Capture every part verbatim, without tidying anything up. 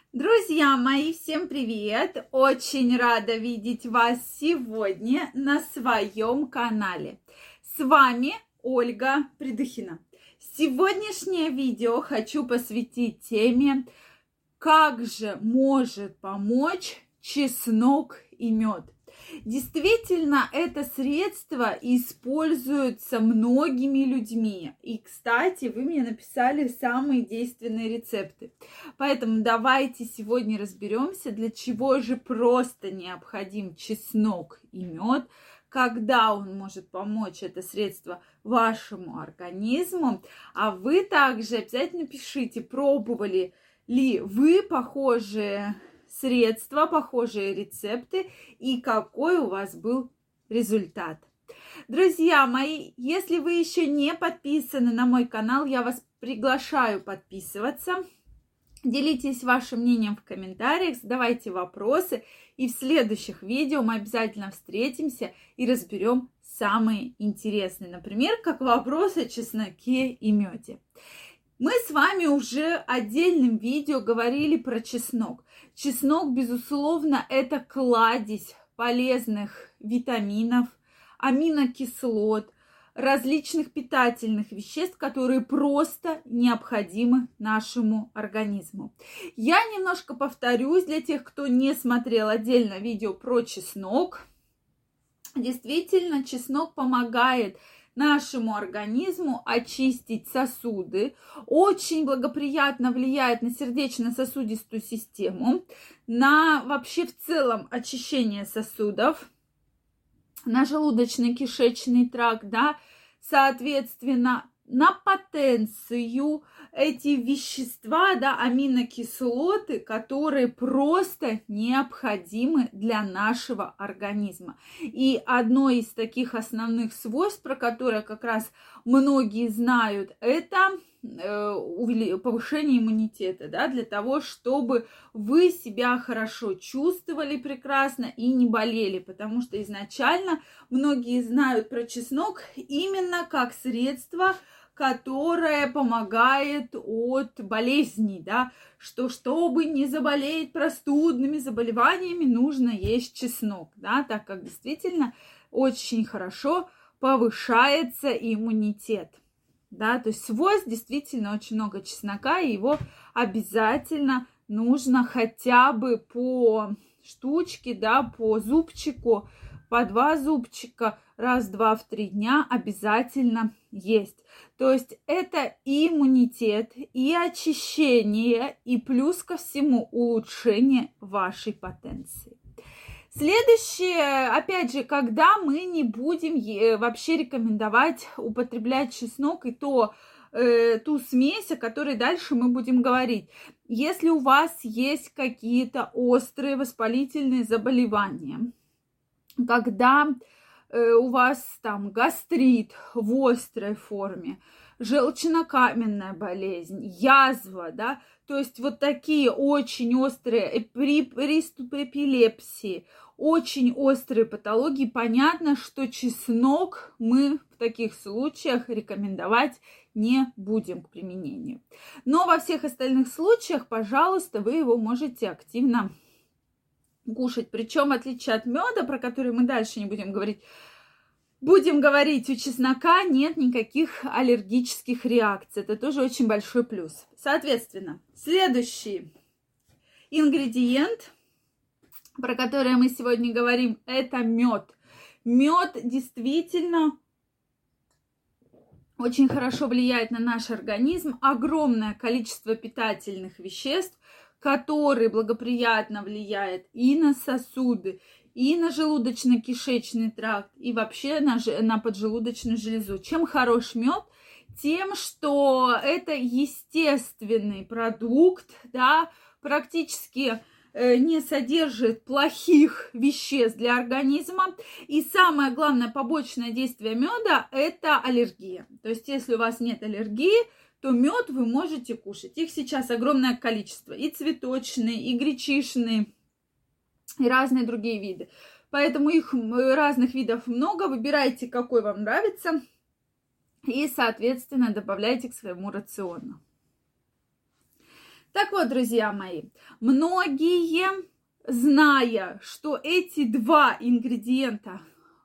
Друзья мои, всем привет! Очень рада видеть вас сегодня на своем канале. С вами Ольга Придыхина. Сегодняшнее видео хочу посвятить теме, как же может помочь чеснок и мед. Действительно, это средство используется многими людьми. И, кстати, вы мне написали самые действенные рецепты. Поэтому давайте сегодня разберемся, для чего же просто необходим чеснок и мед, когда он может помочь, это средство, вашему организму. А вы также обязательно пишите, пробовали ли вы похожие средства, похожие рецепты и какой у вас был результат. Друзья мои, если вы еще не подписаны на мой канал, я вас приглашаю подписываться. Делитесь вашим мнением в комментариях, задавайте вопросы. И в следующих видео мы обязательно встретимся и разберем самые интересные. Например, как вопрос о чесноке и меде. Мы с вами уже отдельным видео говорили про чеснок. Чеснок, безусловно, это кладезь полезных витаминов, аминокислот, различных питательных веществ, которые просто необходимы нашему организму. Я немножко повторюсь для тех, кто не смотрел отдельно видео про чеснок. Действительно, чеснок помогает нашему организму очистить сосуды, очень благоприятно влияет на сердечно-сосудистую систему, на вообще в целом очищение сосудов, на желудочно-кишечный тракт, да, соответственно, на потенцию, эти вещества, да, аминокислоты, которые просто необходимы для нашего организма. И одно из таких основных свойств, про которое как раз многие знают, это э, повышение иммунитета, да, для того, чтобы вы себя хорошо чувствовали прекрасно и не болели, потому что изначально многие знают про чеснок именно как средство, которая помогает от болезней, да, что чтобы не заболеть простудными заболеваниями, нужно есть чеснок, да, так как действительно очень хорошо повышается иммунитет, да, то есть свойств действительно очень много чеснока, и его обязательно нужно хотя бы по штучке, да, по зубчику, по два зубчика, раз-два в три дня обязательно есть. То есть это и иммунитет, и очищение, и плюс ко всему улучшение вашей потенции. Следующее, опять же, когда мы не будем вообще рекомендовать употреблять чеснок и то, э, ту смесь, о которой дальше мы будем говорить. Если у вас есть какие-то острые воспалительные заболевания, когда э, у вас там гастрит в острой форме, желчнокаменная болезнь, язва, да, то есть вот такие очень острые приступы эпилепсии, очень острые патологии, понятно, что чеснок мы в таких случаях рекомендовать не будем к применению. Но во всех остальных случаях, пожалуйста, вы его можете активно кушать. Причем, в отличие от меда, про который мы дальше не будем говорить, будем говорить, у чеснока нет никаких аллергических реакций. Это тоже очень большой плюс. Соответственно, следующий ингредиент, про который мы сегодня говорим, это мед. Мед действительно очень хорошо влияет на наш организм. Огромное количество питательных веществ, который благоприятно влияет и на сосуды, и на желудочно-кишечный тракт, и вообще на, на поджелудочную железу. Чем хорош мед? Тем, что это естественный продукт, да, практически э, не содержит плохих веществ для организма. И самое главное побочное действие меда – это аллергия. То есть, если у вас нет аллергии, то мед вы можете кушать. Их сейчас огромное количество. И цветочные, и гречишные, и разные другие виды. Поэтому их разных видов много. Выбирайте, какой вам нравится. И, соответственно, добавляйте к своему рациону. Так вот, друзья мои, многие, зная, что эти два ингредиента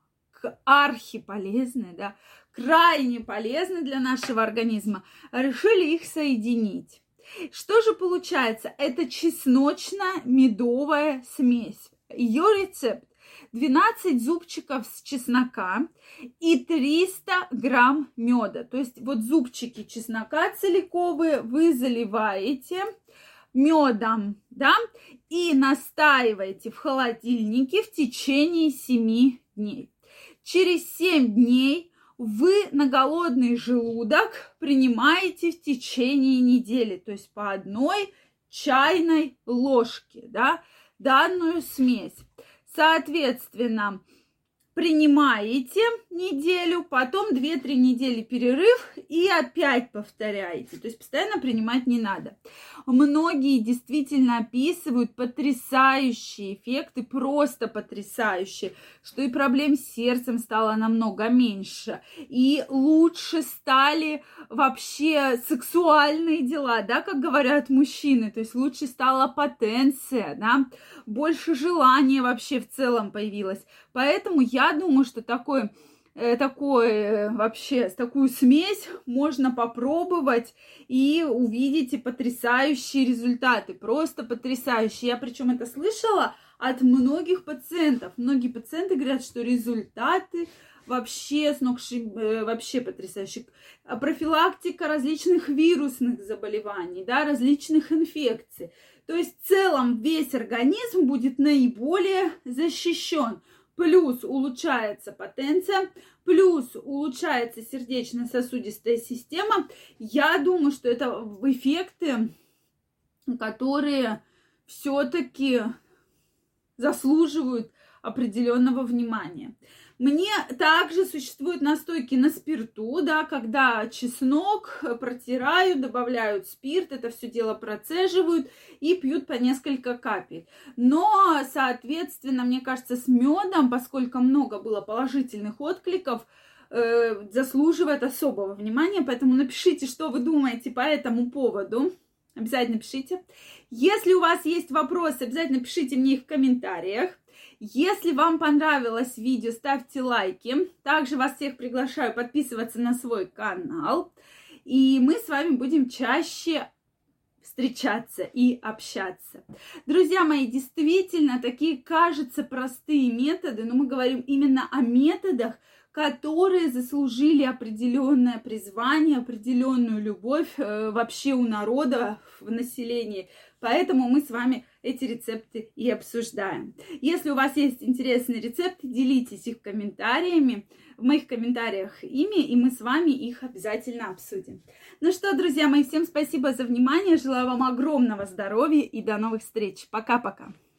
архиполезны, да, крайне полезны для нашего организма, решили их соединить. Что же получается? Это чесночно-медовая смесь. Ее рецепт: двенадцать зубчиков с чеснока и триста грамм меда. То есть вот зубчики чеснока целиковые вы заливаете медом, да, и настаиваете в холодильнике в течение семи дней. Через семь дней вы на голодный желудок принимаете в течение недели, то есть по одной чайной ложке, да, данную смесь. Соответственно, принимаете неделю, потом две-три недели перерыв и опять повторяете. То есть постоянно принимать не надо. Многие действительно описывают потрясающие эффекты, просто потрясающие, что и проблем с сердцем стало намного меньше, и лучше стали вообще сексуальные дела, да, как говорят мужчины, то есть лучше стала потенция, да, больше желания вообще в целом появилось. Поэтому я думаю, что такой, э, такой э, вообще такую смесь можно попробовать и увидите потрясающие результаты, просто потрясающие. Я причем это слышала от многих пациентов. Многие пациенты говорят, что результаты вообще сногсшиб... вообще потрясающие. Профилактика различных вирусных заболеваний, да, различных инфекций. То есть в целом весь организм будет наиболее защищен. Плюс улучшается потенция, плюс улучшается сердечно-сосудистая система. Я думаю, что это эффекты, которые все-таки заслуживают определенного внимания. Мне также существуют настойки на спирту, да, когда чеснок протирают, добавляют спирт, это все дело процеживают и пьют по несколько капель. Но, соответственно, мне кажется, с медом, поскольку много было положительных откликов, э, заслуживает особого внимания, поэтому напишите, что вы думаете по этому поводу. Обязательно пишите. Если у вас есть вопросы, обязательно пишите мне их в комментариях. Если вам понравилось видео, ставьте лайки. Также вас всех приглашаю подписываться на свой канал. И мы с вами будем чаще встречаться и общаться. Друзья мои, действительно, такие, кажется, простые методы, но мы говорим именно о методах, которые заслужили определенное призвание, определенную любовь э, вообще у народа, в населении. Поэтому мы с вами эти рецепты и обсуждаем. Если у вас есть интересные рецепты, делитесь их комментариями, в моих комментариях ими, и мы с вами их обязательно обсудим. Ну что, друзья мои, всем спасибо за внимание, желаю вам огромного здоровья и до новых встреч. Пока-пока.